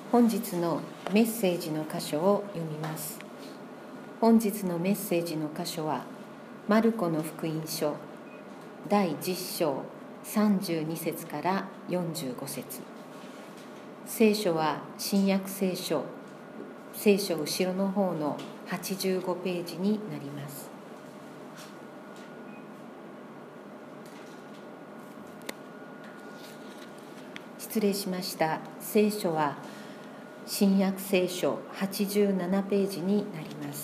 本日のメッセージの箇所を読みます。本日のメッセージの箇所は、マルコの福音書第10章32節から45節。聖書は新約聖書後ろの方の85ページになります。失礼しました。聖書は新約聖書87ページになります。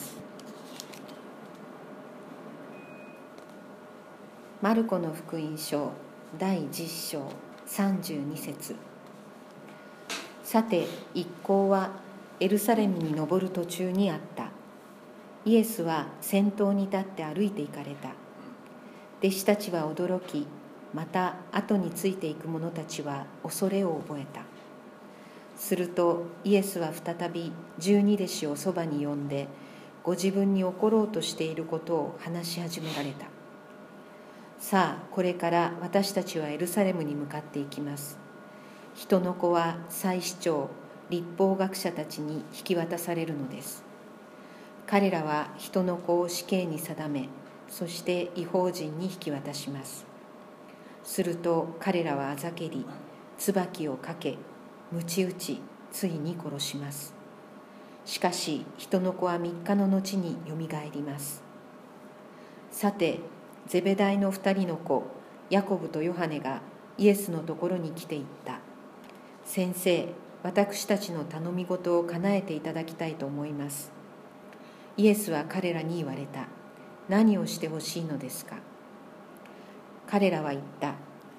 マルコの福音書第10章32節。さて一行はエルサレムに登る途中にあった。イエスは先頭に立って歩いて行かれた。弟子たちは驚き、また後についていく者たちは恐れを覚えた。するとイエスは再び12弟子をそばに呼んで、ご自分に起ころうとしていることを話し始められた。さあ、これから私たちはエルサレムに向かっていきます。人の子は祭司長、律法学者たちに引き渡されるのです。彼らは人の子を死刑に定め、そして異邦人に引き渡します。すると彼らはあざけり、椿をかけ、鞭打ち、ついに殺します。しかし人の子は3日の後によみがえります。さてゼベダイの2人の子ヤコブとヨハネがイエスのところに来ていった。先生、私たちの頼み事を叶えていただきたいと思います。イエスは彼らに言われた。何をしてほしいのですか。彼らは言った。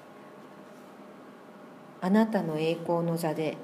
あなたの栄光の座で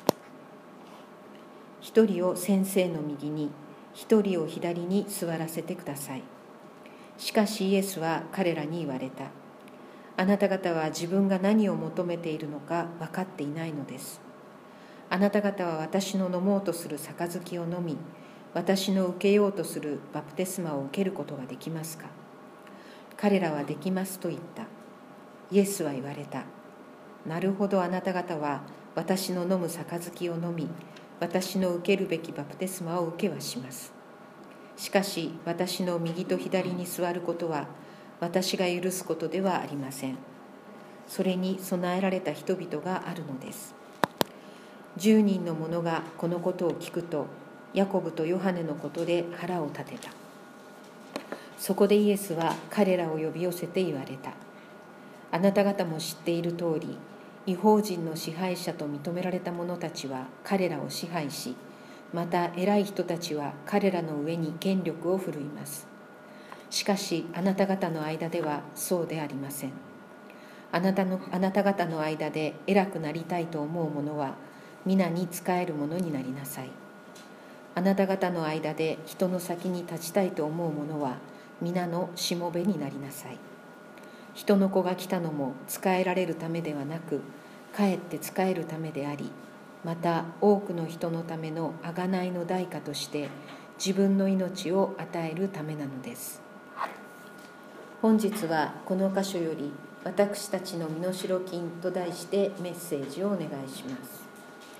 一人を先生の右に、一人を左に座らせてください。しかしイエスは彼らに言われた。あなた方は自分が何を求めているのか分かっていないのです。あなた方は私の飲もうとする杯を飲み、私の受けようとするバプテスマを受けることができますか。彼らはできますと言った。イエスは言われた。なるほど、あなた方は私の飲む杯を飲み、私の受けるべきバプテスマを受けはします。しかし私の右と左に座ることは私が許すことではありません。それに備えられた人々があるのです。10人の者がこのことを聞くと、ヤコブとヨハネのことで腹を立てた。そこでイエスは彼らを呼び寄せて言われた。あなた方も知っている通り、異邦人の支配者と認められた者たちは彼らを支配し、また偉い人たちは彼らの上に権力を振るいます。しかしあなた方の間ではそうでありません。あなた方の間で偉くなりたいと思う者は皆に仕える者になりなさい。あなた方の間で人の先に立ちたいと思う者は皆のしもべになりなさい。人の子が来たのも仕えられるためではなく、かえって仕えるためであり、また多くの人のための贖いの代価として自分の命を与えるためなのです。本日はこの箇所より私たちの身代金と題してメッセージをお願いします。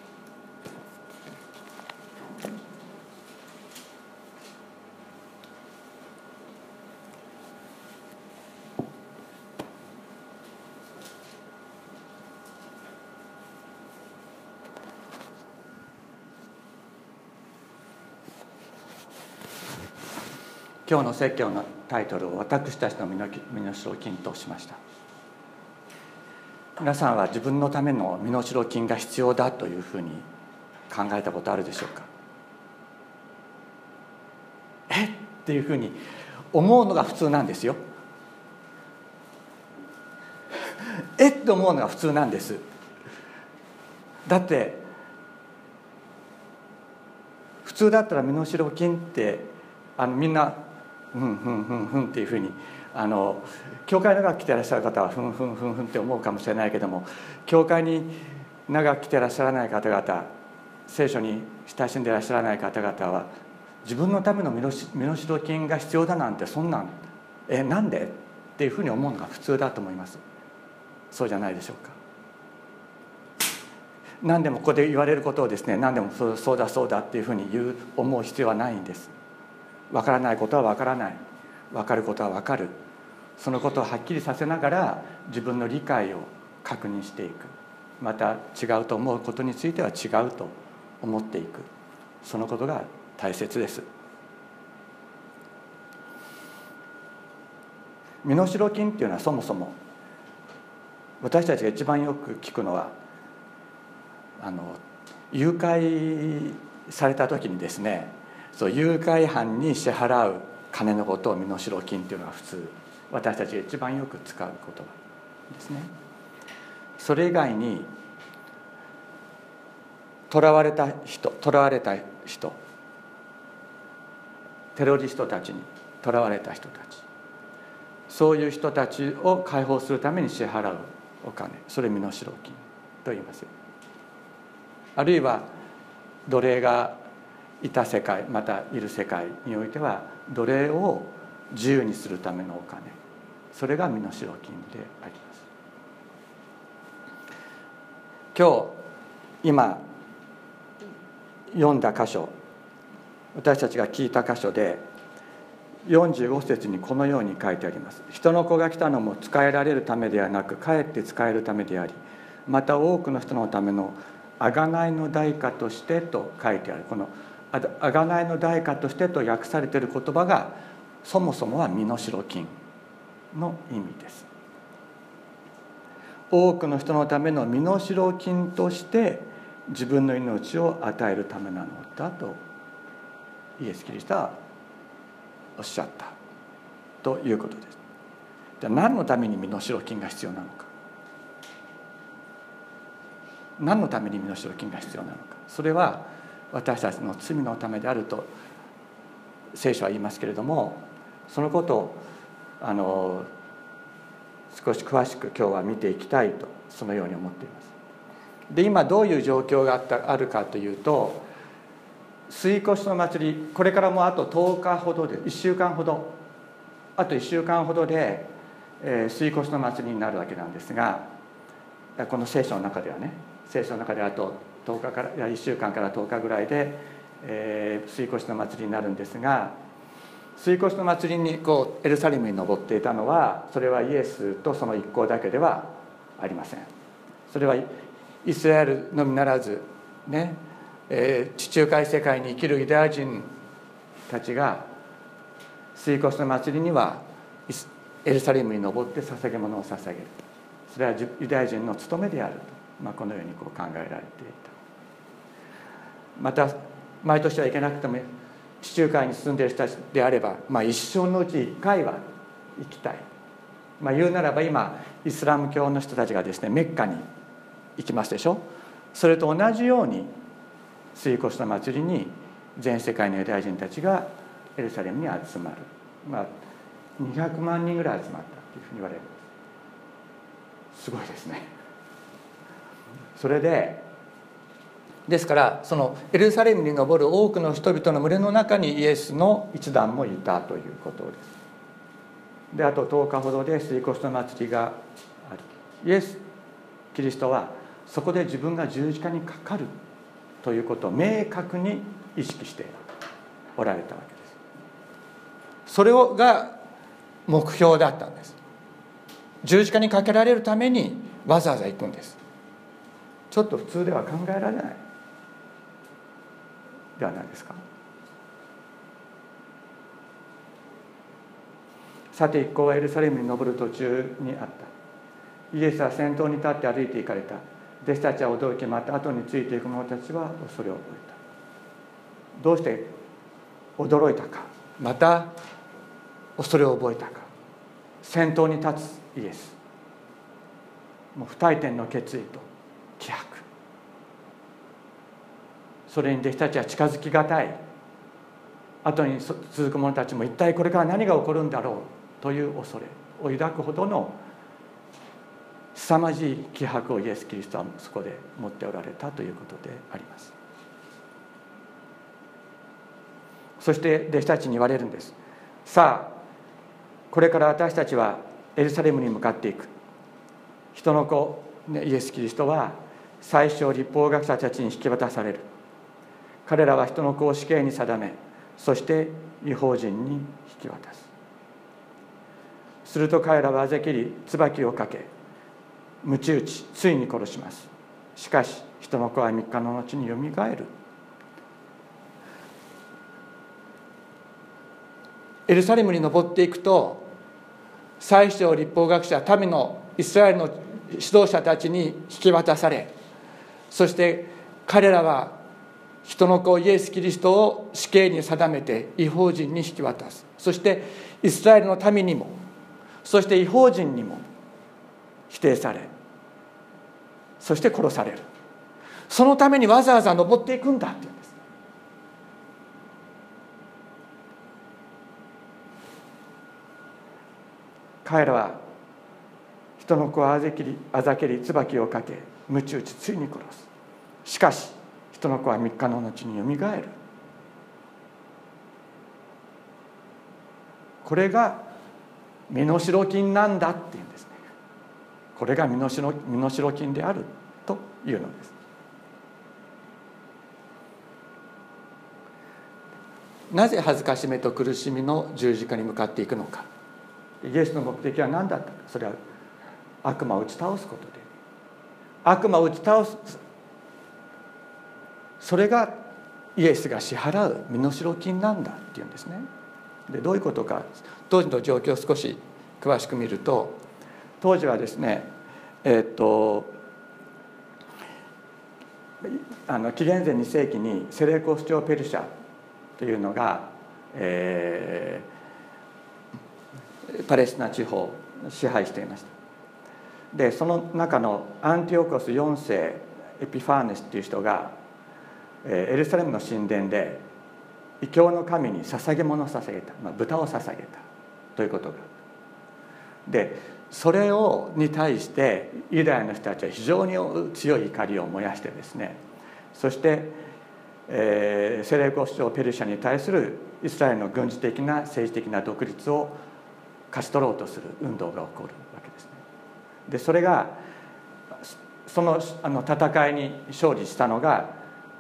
今日の説教のタイトルを私たちの身代金としました。皆さんは自分のための身代金が必要だというふうに考えたことあるでしょうか。っていうふうに思うのが普通なんですよ。って思うのが普通なんです。だって普通だったら身代金ってみんなふんっていうふうに教会長く来てらっしゃる方はふんって思うかもしれないけども、教会に長く来てらっしゃらない方々、聖書に親しんでらっしゃらない方々は自分のための身代金が必要だなんて、そんなんなんでっていうふうに思うのが普通だと思います。そうじゃないでしょうか。 何でもここで言われることをですね、何でもそうだそうだっていうふうに思う必要はないんです。分からないことは分からない、分かることは分かる、そのことをはっきりさせながら自分の理解を確認していく、また違うと思うことについては違うと思っていく、そのことが大切です。身代金っていうのはそもそも私たちが一番よく聞くのは誘拐された時にですね、そう誘拐犯に支払う金のことを身代金っていうのが普通私たちが一番よく使う言葉ですね。それ以外に捕らわれた人、テロリストたちに捕らわれた人たち、そういう人たちを解放するために支払うお金、それ身代金と言いますよ。あるいは奴隷がいた世界、またいる世界においては奴隷を自由にするためのお金、それが身代金であります。今読んだ箇所、私たちが聞いた箇所で45節にこのように書いてあります。人の子が来たのも仕えられるためではなく、かえって仕えるためであり、また多くの人のための贖いの代価としてと書いてある。この贖いの代価としてと訳されている言葉がそもそもは身代金の意味です。多くの人のための身代金として自分の命を与えるためなのだとイエス・キリストはおっしゃったということです。じゃあ何のために身代金が必要なのか、何のために身代金が必要なのか、それは私たちの罪のためであると聖書は言いますけれども、そのことを少し詳しく今日は見ていきたいと、そのように思っています。で、今どういう状況があるかというと、杉越の祭り、これからもうあと10日ほどで、1週間ほど、あと1週間ほどで、杉越の祭りになるわけなんですが、この聖書の中ではね、聖書の中であと10日から1週間から10日ぐらいで、杉越の祭りになるんですが、杉越の祭りにエルサレムに登っていたのは、それはイエスとその一行だけではありません。それはイスラエルのみならずね、地中海世界に生きるユダヤ人たちが杉越の祭りにはエルサレムに登って捧げ物を捧げる、それはユダヤ人の務めであると、このように考えられていた。また毎年は行けなくても地中海に住んでいる人たちであれば、一生のうち1回は行きたい、言うならば今イスラム教の人たちがですね、メッカに行きますでしょ。それと同じように杉越の祭りに全世界のユダヤ人たちがエルサレムに集まる、200万人ぐらい集まったというふうに言われる。すごいですね。それですからそのエルサレムに登る多くの人々の群れの中にイエスの一団もいたということです。で、あと10日ほどで杉越の祭りがある。イエス・キリストはそこで自分が十字架にかかるということを明確に意識しておられたわけです。それが目標だったんです。十字架にかけられるためにわざわざ行くんです。ちょっと普通では考えられないではないですか。さて一行はエルサレムに登る途中にあった。イエスは先頭に立って歩いて行かれた。弟子たちは驚き、また後についていく者たちは恐れを覚えた。どうして驚いたか、また恐れを覚えたか。先頭に立つイエス、もう不退転の決意と気迫、それに弟子たちは近づきがたい。後に続く者たちも一体これから何が起こるんだろうという恐れを抱くほどの凄まじい気迫をイエス・キリストはそこで持っておられたということであります。そして弟子たちに言われるんです。さあこれから私たちはエルサレムに向かっていく。人の子イエス・キリストは最小律法学者たちに引き渡される。彼らは人の子を死刑に定め、そして異邦人に引き渡す。すると彼らはあぜきり椿をかけ、鞭打ち、ついに殺します。しかし人の子は3日の後によみがえる。エルサレムに登っていくと、最小律法学者、民のイスラエルの指導者たちに引き渡され、そして彼らは人の子イエス・キリストを死刑に定めて異邦人に引き渡す。そしてイスラエルの民にも、そして異邦人にも否定され、そして殺される。そのためにわざわざ登っていくんだって言うんです。彼らは人の子をあざけり椿をかけ、鞭打ち、ついに殺す。しかし人の子は3日の後によみがえる。これが身代金なんだっていうんですね。これが身代金であるというのです。なぜ恥ずかしめと苦しみの十字架に向かっていくのか。イエスの目的は何だったか。それは悪魔を打ち倒すことで、悪魔を打ち倒す、それがイエスが支払う身代金なんだっていうんですね。でどういうことか、当時の状況を少し詳しく見ると、当時はですね、紀元前2世紀にセレコス朝ペルシャというのが、パレスチナ地方を支配していました。でその中のアンティオコス4世エピファーネスという人がエルサレムの神殿で異教の神に捧げ物を捧げた、豚を捧げたということが、でそれに対してユダヤの人たちは非常に強い怒りを燃やしてですね、そして、セレコス朝ペルシャに対するイスラエルの軍事的な政治的な独立を勝ち取ろうとする運動が起こるわけですね。でそれがその戦いに勝利したのが、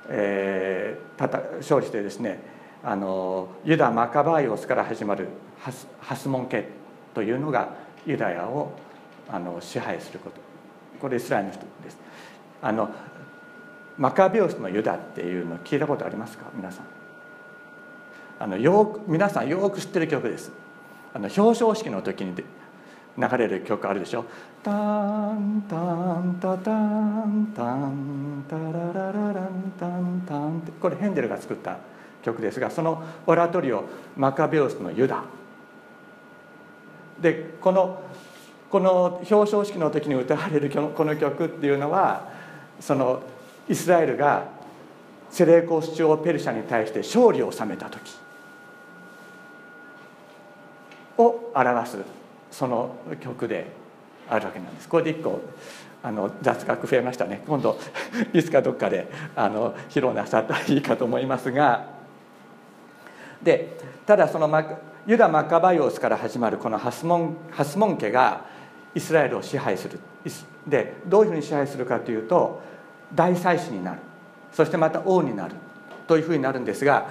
勝利してですね、ユダ・マカバイオスから始まるハスモン家というのがユダヤを支配すること、これイスラエルの人です。マカビオスのユダっていうの聞いたことありますか皆さん。皆さんよく知ってる曲です。表彰式の時に流れる曲あるでしょ。タンタンタタンタンタラララランタンタンって、これヘンデルが作った曲ですが、そのオラトリオマカベオスのユダで、この表彰式の時に歌われるこの曲っていうのは、そのイスラエルがセレコス朝ペルシャに対して勝利を収めた時を表すその曲であるわけなんです。これで一個雑学増えましたね。今度いつかどっかで披露なさったらいいかと思いますが、でただそのユダ・マカバイオスから始まるこのハスモン家がイスラエルを支配する。でどういうふうに支配するかというと、大祭司になる、そしてまた王になるというふうになるんですが、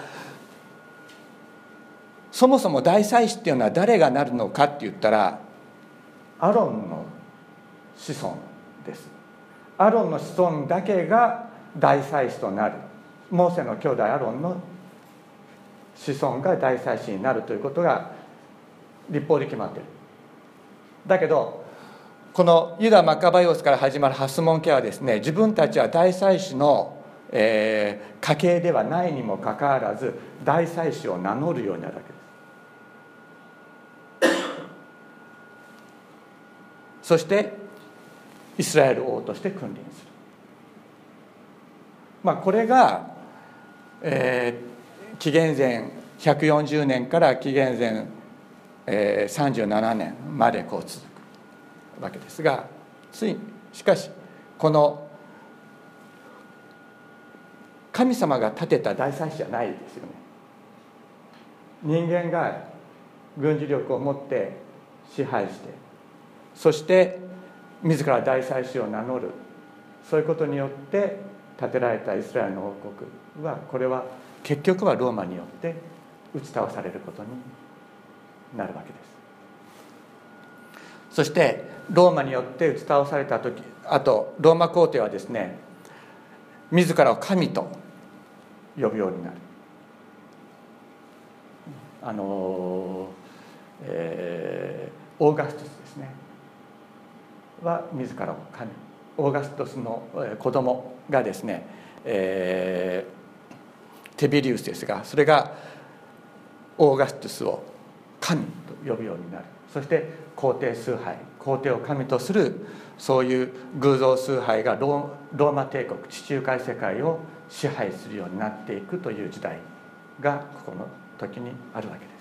そもそも大祭司っていうのは誰がなるのかって言ったら、アロンの子孫です。アロンの子孫だけが大祭司となる。モーセの兄弟アロンの子孫が大祭司になるということが律法で決まっている。だけどこのユダ・マカバイオスから始まるハスモン家はですね、自分たちは大祭司の、家系ではないにもかかわらず大祭司を名乗るようになるわけです。そしてイスラエル王として君臨する。これが、紀元前140年から紀元前、37年まで続くわけですが、しかしこの神様が立てた大祭司じゃないですよね。人間が軍事力を持って支配して、そして自ら大祭司を名乗る、 そういうことによって建てられたイスラエルの王国は、これは結局はローマによって打ち倒されることになるわけです。そしてローマによって打ち倒された時、あとローマ皇帝はですね、自らを神と呼ぶようになる。オーガストゥスですねは自らを神、オーガストゥスの子供がですね、テビリウスですが、それがオーガストゥスを神と呼ぶようになる。そして皇帝崇拝、皇帝を神とするそういう偶像崇拝がローマ帝国、地中海世界を支配するようになっていくという時代がここの時にあるわけです。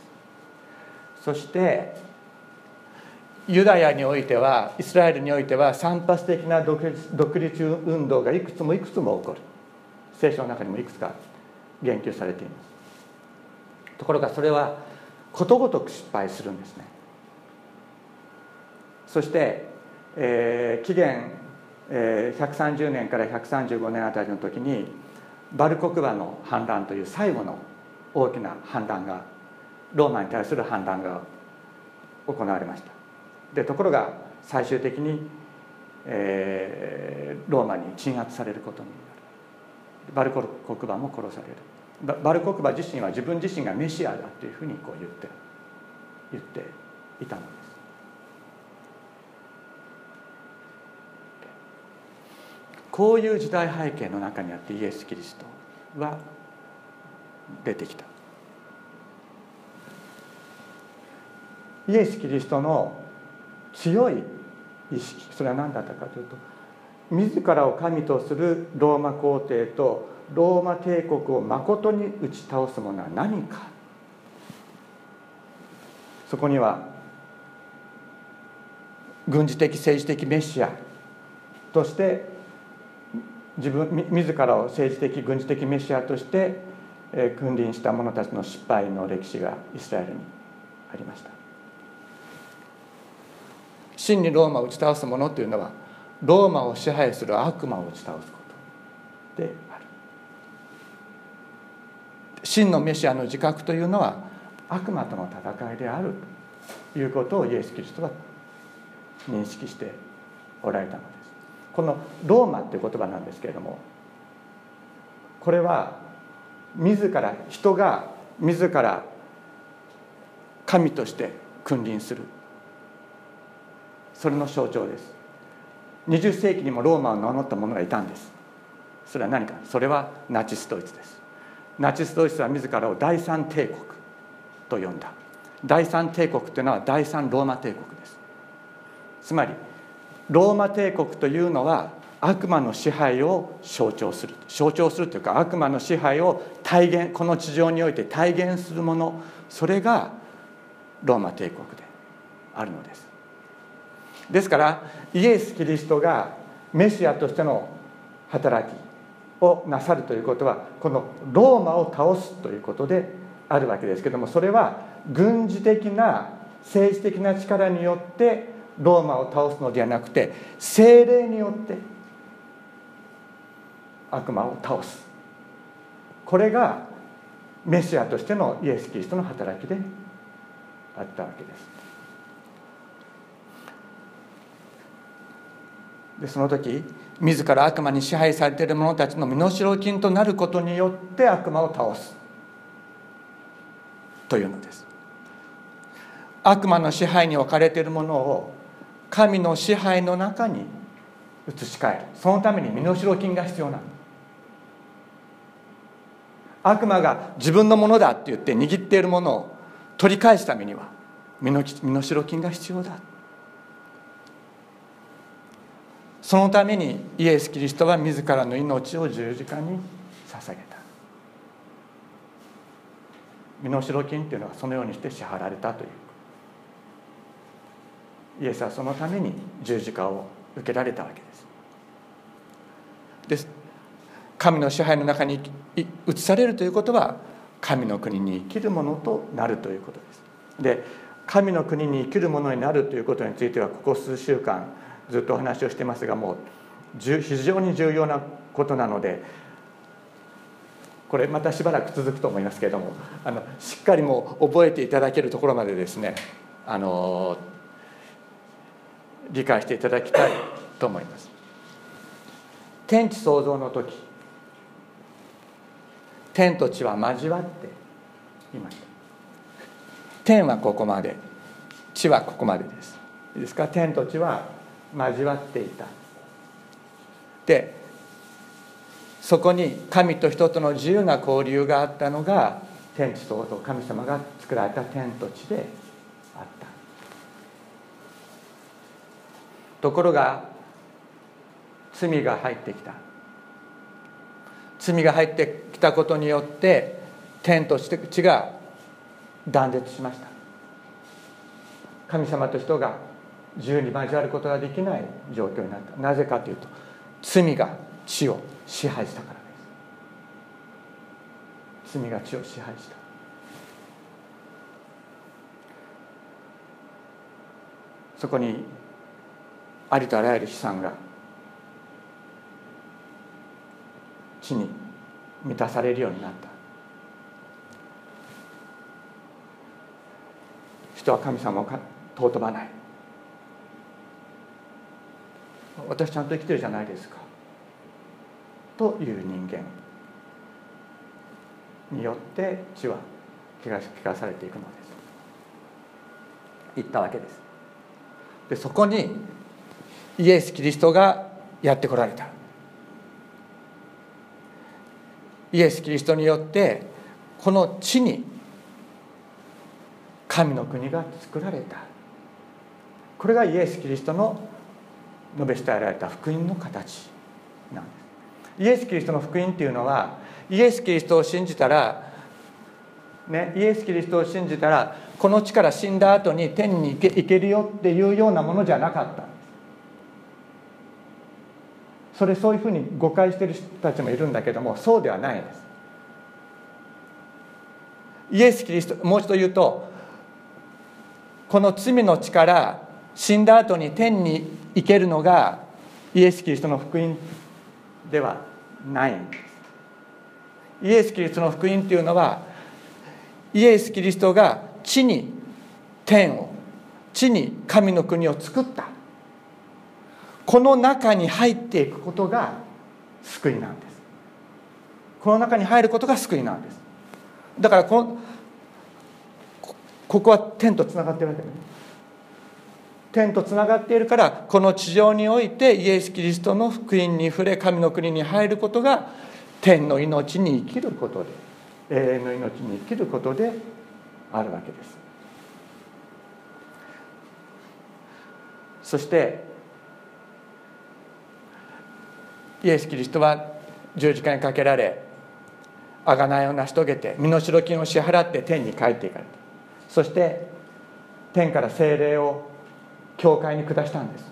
そしてユダヤにおいては、イスラエルにおいては散発的な独立運動がいくつも起こる。聖書の中にもいくつか言及されています。ところがそれはことごとく失敗するんですね。そして、紀元130年から135年あたりの時にバルコクバの反乱という最後の大きな反乱が、ローマに対する反乱が行われました。でところが最終的に、ローマに鎮圧されることになる。バルコクバも殺される。バルコクバ自身は自分自身がメシアだというふうにこう言っていたのです。こういう時代背景の中にあってイエス・キリストは出てきた。イエス・キリストの強い意識、それは何だったかというと、自らを神とするローマ皇帝とローマ帝国をまことに打ち倒すものは何か。そこには軍事的政治的メシアとして自らを政治的軍事的メシアとして君臨した者たちの失敗の歴史がイスラエルにありました。真にローマを打ち倒す者というのは、ローマを支配する悪魔を打ち倒すことである。真のメシアの自覚というのは悪魔との戦いであるということをイエス・キリストは認識しておられたのです。このローマという言葉なんですけれども、これは人が自ら神として君臨する、それの象徴です。20世紀にもローマを名乗った者がいたんです。それは何か、それはナチスドイツです。ナチスドイツは自らを第三帝国と呼んだ。第三帝国というのは第三ローマ帝国です。つまりローマ帝国というのは悪魔の支配を象徴するというか、悪魔の支配をこの地上において体現するもの、それがローマ帝国であるのです。ですからイエス・キリストがメシアとしての働きをなさるということは、このローマを倒すということであるわけですけれども、それは軍事的な政治的な力によってローマを倒すのではなくて、聖霊によって悪魔を倒す、これがメシアとしてのイエス・キリストの働きであったわけです。でその時、自ら悪魔に支配されている者たちの身代金となることによって悪魔を倒すというのです。悪魔の支配に置かれているものを神の支配の中に移し替える、そのために身代金が必要なの。悪魔が自分のものだって言って握っているものを取り返すためには身代金が必要だ。そのためにイエス・キリストは自らの命を十字架に捧げた。身代金というのはそのようにして支払われたという。イエスはそのために十字架を受けられたわけです。神の支配の中に移されるということは、神の国に生きるものとなるということです。で、神の国に生きるものになるということについては、ここ数週間ずっとお話をしてますが、もう非常に重要なことなので、これまたしばらく続くと思いますけれども、しっかりもう覚えていただけるところまでですね、理解していただきたいと思います。天地創造の時、天と地は交わっていました。天はここまで、地はここまでです。いいですか。天と地は交わっていた。で、そこに神と人との自由な交流があったのが天地創造、神様が作られた天と地であった。ところが罪が入ってきた。罪が入ってきたことによって天と地が断絶しました。神様と人が自由に交わることができない状況になった。なぜかというと、罪が地を支配したからです。罪が地を支配した。そこにありとあらゆる悲惨が地に満たされるようになった。人は神様を尊ばない。私ちゃんと生きてるじゃないですかという人間によって地は汚されていくのです。言ったわけです。で、そこにイエス・キリストがやってこられた。イエス・キリストによってこの地に神の国が作られた。これがイエス・キリストの述べ伝えられた福音の形なんです。イエス・キリストの福音っていうのは、イエス・キリストを信じたらね、イエス・キリストを信じたらこの地から死んだ後に天に行けるよっていうようなものじゃなかったんです。そういうふうに誤解している人たちもいるんだけども、そうではないんです。イエス・キリスト、もう一度言うと、この罪の地から死んだ後に天に行けるのがイエス・キリストの福音ではないんです。イエス・キリストの福音というのは、イエス・キリストが地に天を、地に神の国を作った、この中に入っていくことが救いなんです。この中に入ることが救いなんです。だからここは天とつながっているわけです。天とつながっているから、この地上においてイエス・キリストの福音に触れ、神の国に入ることが天の命に生きることで、永遠の命に生きることであるわけです。そしてイエス・キリストは十字架にかけられ、贖いを成し遂げて、身代金を支払って天に帰っていかれた。そして天から聖霊を教会に下したんです。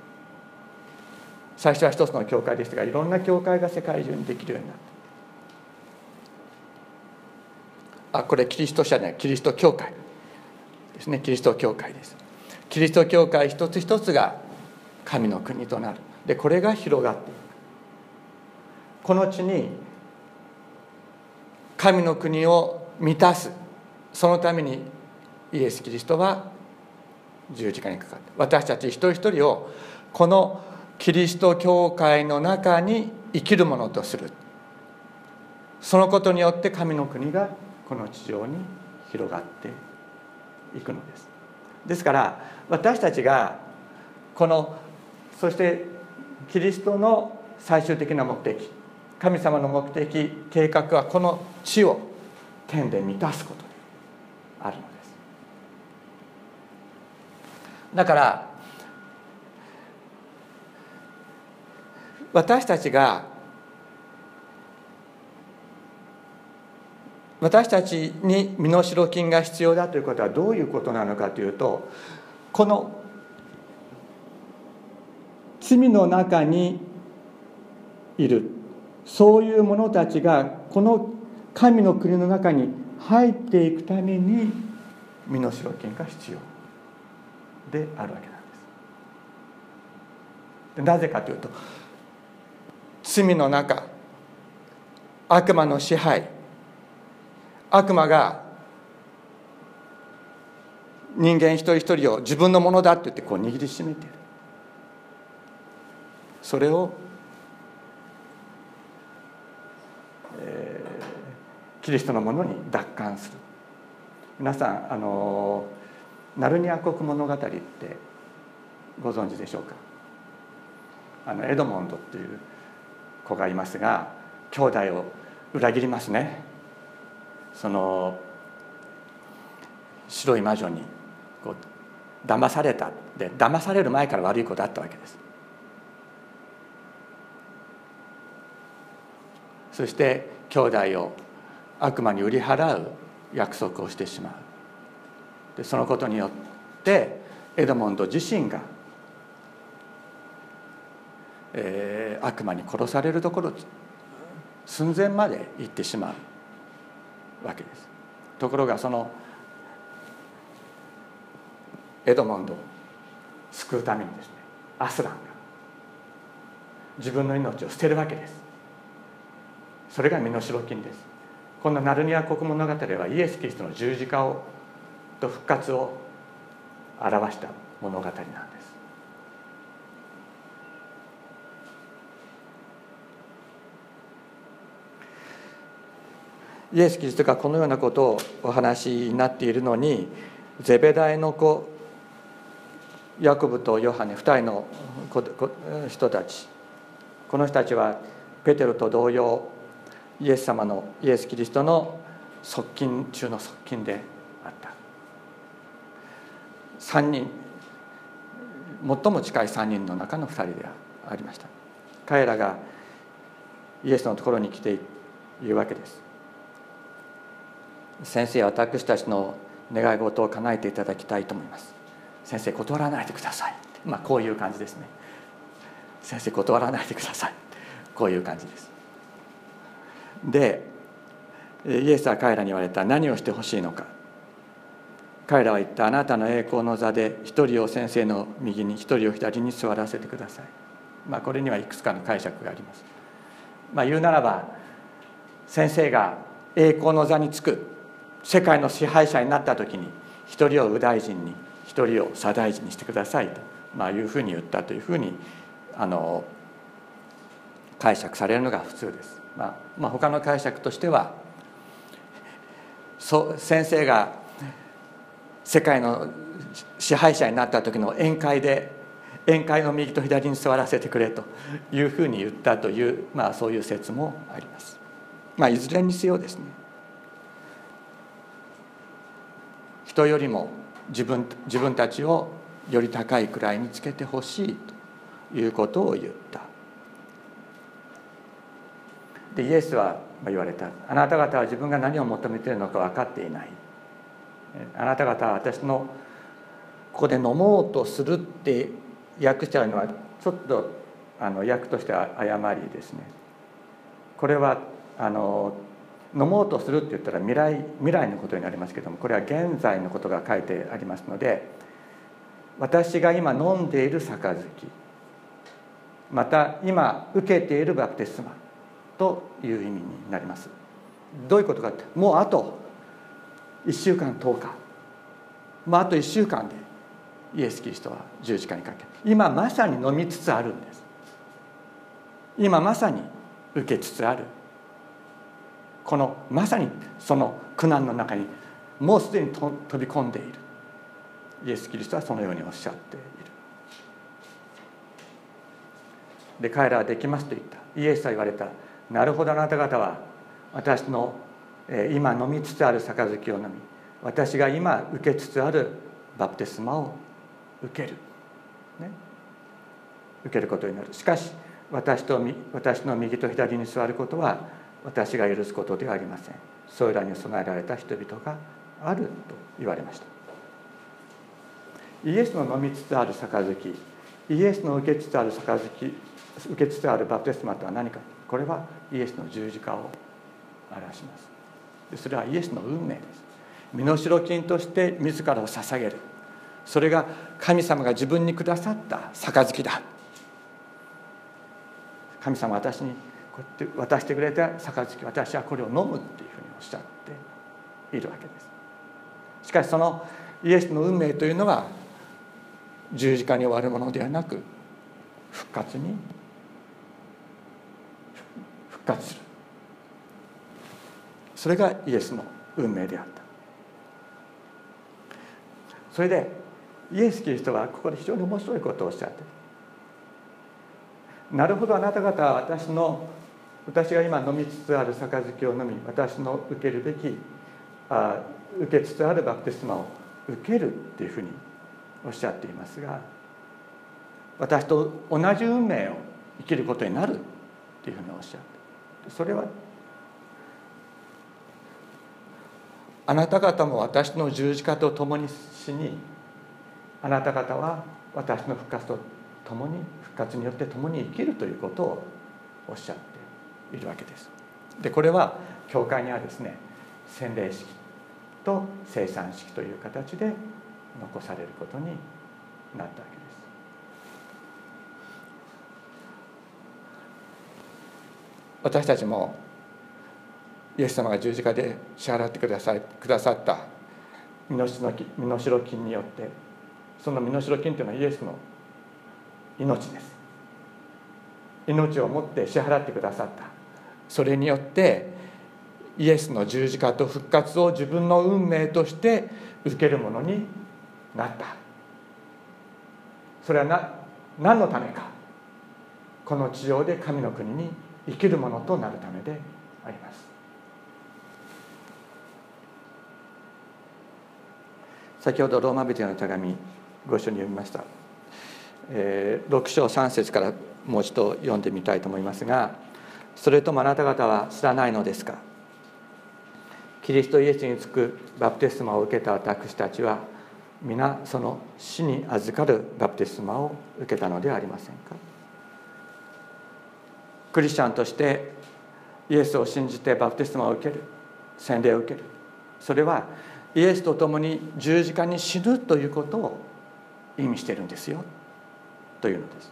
最初は一つの教会でしたが、いろんな教会が世界中にできるようになった。これキリスト者ではキリスト教会ですね。キリスト教会です。キリスト教会一つ一つが神の国となる。で、これが広がっていく。この地に神の国を満たす、そのためにイエス・キリストは十字架にかかった。私たち一人一人をこのキリスト教会の中に生きるものとする。そのことによって神の国がこの地上に広がっていくのです。ですから私たちがそしてキリストの最終的な目的、神様の目的、計画はこの地を天で満たすことであるのです。だから私たちに身代金が必要だということはどういうことなのかというと、この罪の中にいるそういう者たちがこの神の国の中に入っていくために身代金が必要であるわけなんです。なぜかというと、 罪の中、悪魔の支配、悪魔が人間一人一人を自分のものだって言ってこう握りしめている。それを、キリストのものに奪還する。皆さんナルニア国物語ってご存知でしょうか。エドモンドっていう子がいますが、兄弟を裏切りますね。その白い魔女にこう騙された。で騙される前から悪い子だったわけです。そして兄弟を悪魔に売り払う約束をしてしまう。でそのことによってエドモンド自身が、悪魔に殺されるところ寸前まで行ってしまうわけです。ところがそのエドモンドを救うためにですね、アスランが自分の命を捨てるわけです。それが身代金です。このナルニア国物語はイエス・キリストの十字架をと復活を表した物語なんです。イエス・キリストがこのようなことをお話になっているのに、ゼベダイの子ヤコブとヨハネ2人の人たち、この人たちはペテロと同様イエスキリストの側近中の側近であった。3人、最も近い3人の中の2人でありました。彼らがイエスのところに来ているわけです。先生、私たちの願い事を叶えていただきたいと思います。先生、断らないでください。こういう感じですね。先生、断らないでください。こういう感じです。で、イエスは彼らに言われた。何をしてほしいのか。彼らは言った。あなたの栄光の座で一人を先生の右に一人を左に座らせてください。これにはいくつかの解釈があります。言うならば、先生が栄光の座につく、世界の支配者になった時に一人を右大臣に一人を左大臣にしてくださいと、いうふうに言ったというふうに解釈されるのが普通です。他の解釈としては、先生が世界の支配者になった時の宴会の右と左に座らせてくれというふうに言ったという、そういう説もあります。いずれにせよですね、人よりも自分たちをより高い位につけてほしいということを言った。でイエスは言われた。あなた方は自分が何を求めているのか分かっていない。あなた方は私のここで飲もうとするって訳してあるのはちょっと訳としては誤りですね。これは飲もうとするって言ったら未来のことになりますけども、これは現在のことが書いてありますので、私が今飲んでいる杯、また今受けているバプテスマという意味になります。どういうことかって、もうあと1週間10日、あと1週間でイエス・キリストは十字架にかけ、今まさに飲みつつあるんです。今まさに受けつつある、このまさにその苦難の中にもうすでに飛び込んでいるイエス・キリストはそのようにおっしゃっている。で彼らはできますと言った。イエスは言われた。なるほど、あなた方は私の今飲みつつある杯を飲み、私が今受けつつあるバプテスマを受ける、受けることになる。しかし私の右と左に座ることは私が許すことではありません。それらに備えられた人々があると言われました。イエスの飲みつつある杯、イエスの受けつつある杯、受けつつあるバプテスマとは何か。これはイエスの十字架を表します。それはイエスの運命です。身代金として自らを捧げる、それが神様が自分にくださった杯だ。 神様私にこうやって渡してくれた杯、私はこれを飲むっていうふうにおっしゃっているわけです。しかしそのイエスの運命というのは十字架に終わるものではなく、復活する、それがイエスの運命であった。それでイエス・キリストはここで非常に面白いことをおっしゃって、なるほど、あなた方は私が今飲みつつある杯を飲み、私の受けるべき受けつつあるバプテスマを受けるっていうふうにおっしゃっていますが、私と同じ運命を生きることになるっていうふうにおっしゃって、それはあなた方も私の十字架と共に死に、あなた方は私の復活によって共に生きるということをおっしゃっているわけです。でこれは教会にはですね、洗礼式と聖餐式という形で残されることになったわけです。私たちもイエス様が十字架で支払ってくださった身代金によって、その身代金というのはイエスの命です。命をもって支払ってくださった。それによってイエスの十字架と復活を自分の運命として受けるものになった。それは何のためか。この地上で神の国に生きるものとなるためであります。先ほどローマ人への手紙ご一緒に読みました。6章3節からもう一度読んでみたいと思いますが、それともあなた方は知らないのですか。キリストイエスにつくバプテスマを受けた私たちは皆その死に預かるバプテスマを受けたのではありませんか。クリスチャンとしてイエスを信じてバプテスマを受ける、洗礼を受ける、それはイエスと共に十字架に死ぬということを意味しているんですよというのです。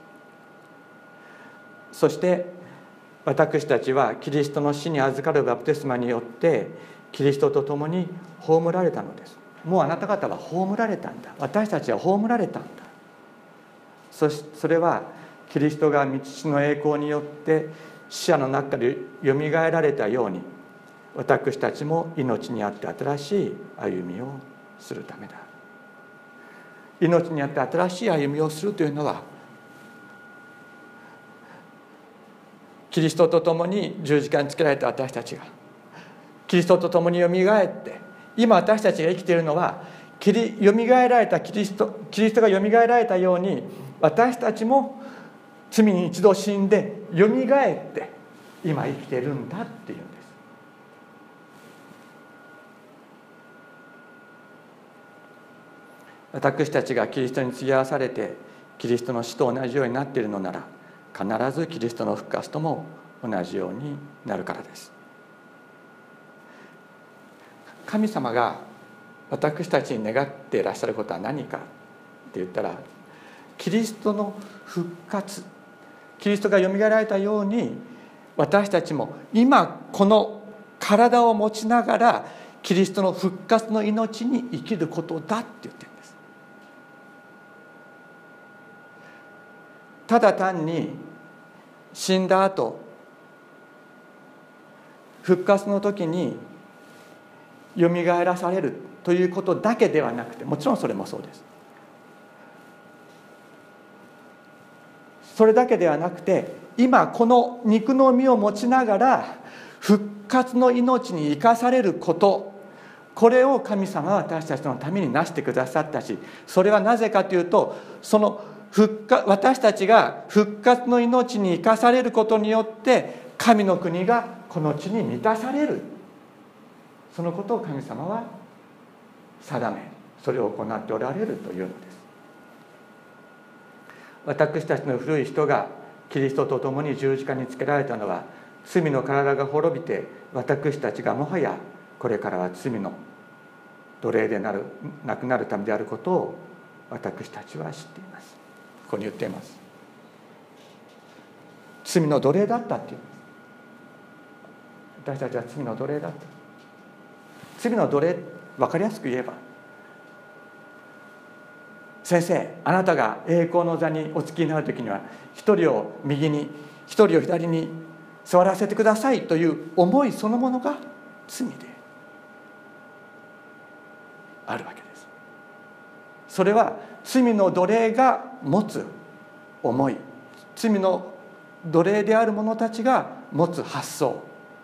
そして私たちはキリストの死に預かるバプテスマによってキリストと共に葬られたのです。もうあなた方は葬られたんだ。私たちは葬られたんだ。それはキリストが道の栄光によって死者の中でよみがえられたように、私たちも命にあって新しい歩みをするためだ。命にあって新しい歩みをするというのは、キリストと共に十字架につけられた私たちがキリストと共によみがえって、今私たちが生きているのはよみがえられたキリストがよみがえられたように、私たちも罪に一度死んでよみがえって今生きているんだっていうんです。私たちがキリストに継ぎ合わされてキリストの死と同じようになっているのなら、必ずキリストの復活とも同じようになるからです。神様が私たちに願っていらっしゃることは何かって言ったら、キリストの復活、キリストがよみがえられたように、私たちも今この体を持ちながらキリストの復活の命に生きることだって言ってるんです。ただ単に死んだ後復活の時によみがえらされるということだけではなくて、もちろんそれもそうです。それだけではなくて、今この肉の身を持ちながら復活の命に生かされること、これを神様は私たちのためになしてくださったし、それはなぜかというと、その私たちが復活の命に生かされることによって神の国がこの地に満たされる、そのことを神様は定め、それを行っておられるというのです。私たちの古い人がキリストと共に十字架につけられたのは、罪の体が滅びて私たちがもはやこれからは罪の奴隷でなくなるためであることを私たちは知っています。ここに言っています。 罪の奴隷だったっていうんです。私たちは罪の奴隷だった。罪の奴隷、分かりやすく言えば、先生、あなたが栄光の座にお付きになる時には一人を右に一人を左に座らせてくださいという思いそのものが罪であるわけです。それは罪の奴隷が持つ思い、罪の奴隷である者たちが持つ発想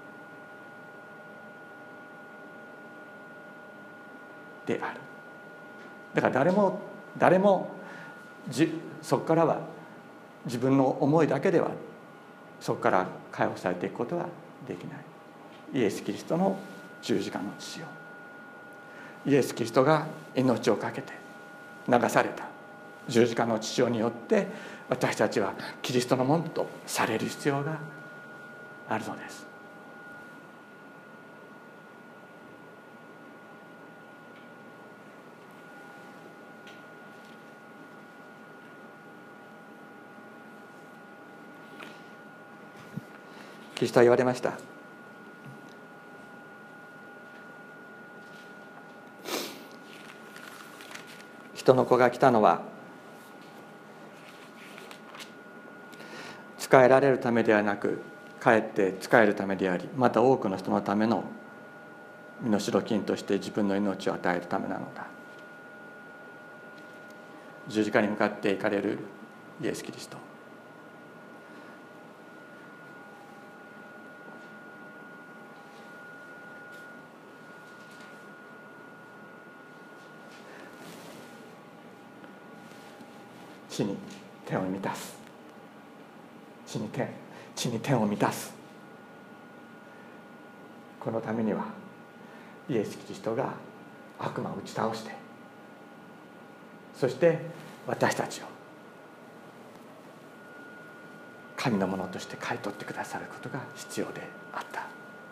である。だから誰もそこからは自分の思いだけではそこから解放されていくことはできない。イエス・キリストの十字架の血を、イエス・キリストが命を懸けて流された十字架の血潮によって私たちはキリストのものとされる必要があるのです。キリストは言われました。人の子が来たのは仕えられるためではなく、かえって仕えるためであり、また多くの人のための身代金として自分の命を与えるためなのだ。十字架に向かって行かれるイエス・キリスト、地に天を満たす、地に天を満たす。このためにはイエス・キリストが悪魔を打ち倒して、そして私たちを神のものとして買い取ってくださることが必要であった。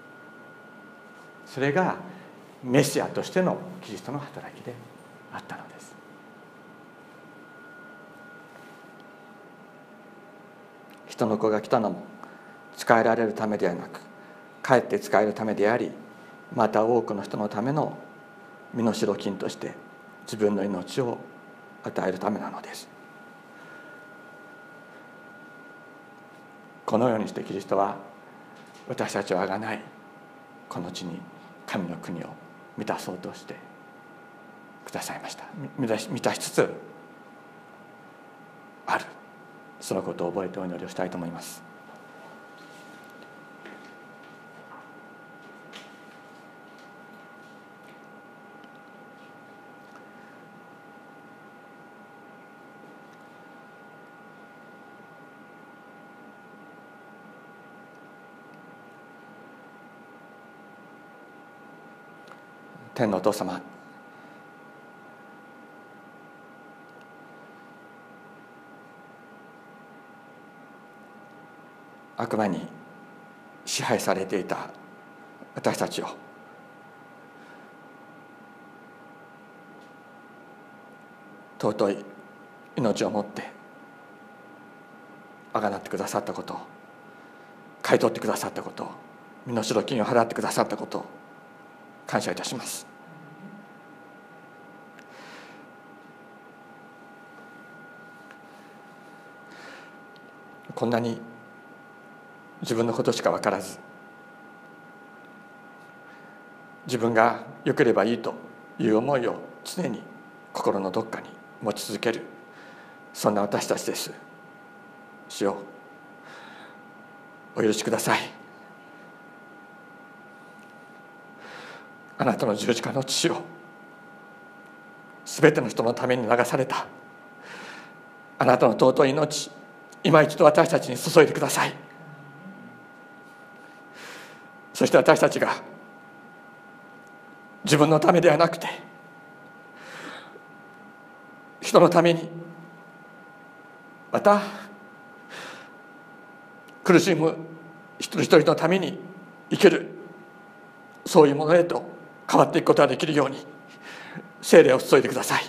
それがメシアとしてのキリストの働きであったのです。人の子が来たのも仕えられるためではなく、かえって仕えるためであり、また多くの人のための身代金として自分の命を与えるためなのです。このようにしてキリストは私たちをあがないこの地に神の国を満たそうとしてくださいました。満たしつつある、そのことを覚えてお祈りをしたいと思います。天のお父様、悪魔に支配されていた私たちを尊い命をもってあがなってくださったことを、買い取ってくださったことを、身代金を払ってくださったことを感謝いたします。こんなに自分のことしか分からず、自分が良ければいいという思いを常に心のどっかに持ち続ける、そんな私たちです。主よ、お許しください。あなたの十字架の血をすべての人のために流されたあなたの尊い命、今一度私たちに注いでください。そして私たちが自分のためではなくて人のために、また苦しむ一人一人のために生きる、そういうものへと変わっていくことができるように聖霊を注いでください。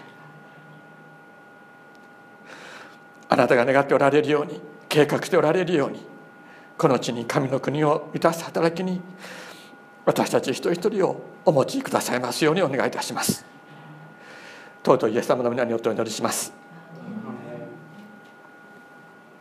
あなたが願っておられるように、計画しておられるようにこの地に神の国を満たす働きに私たち一人一人をお持ちくださいますようにお願いいたします。尊いイエス様の皆によってお祈りします。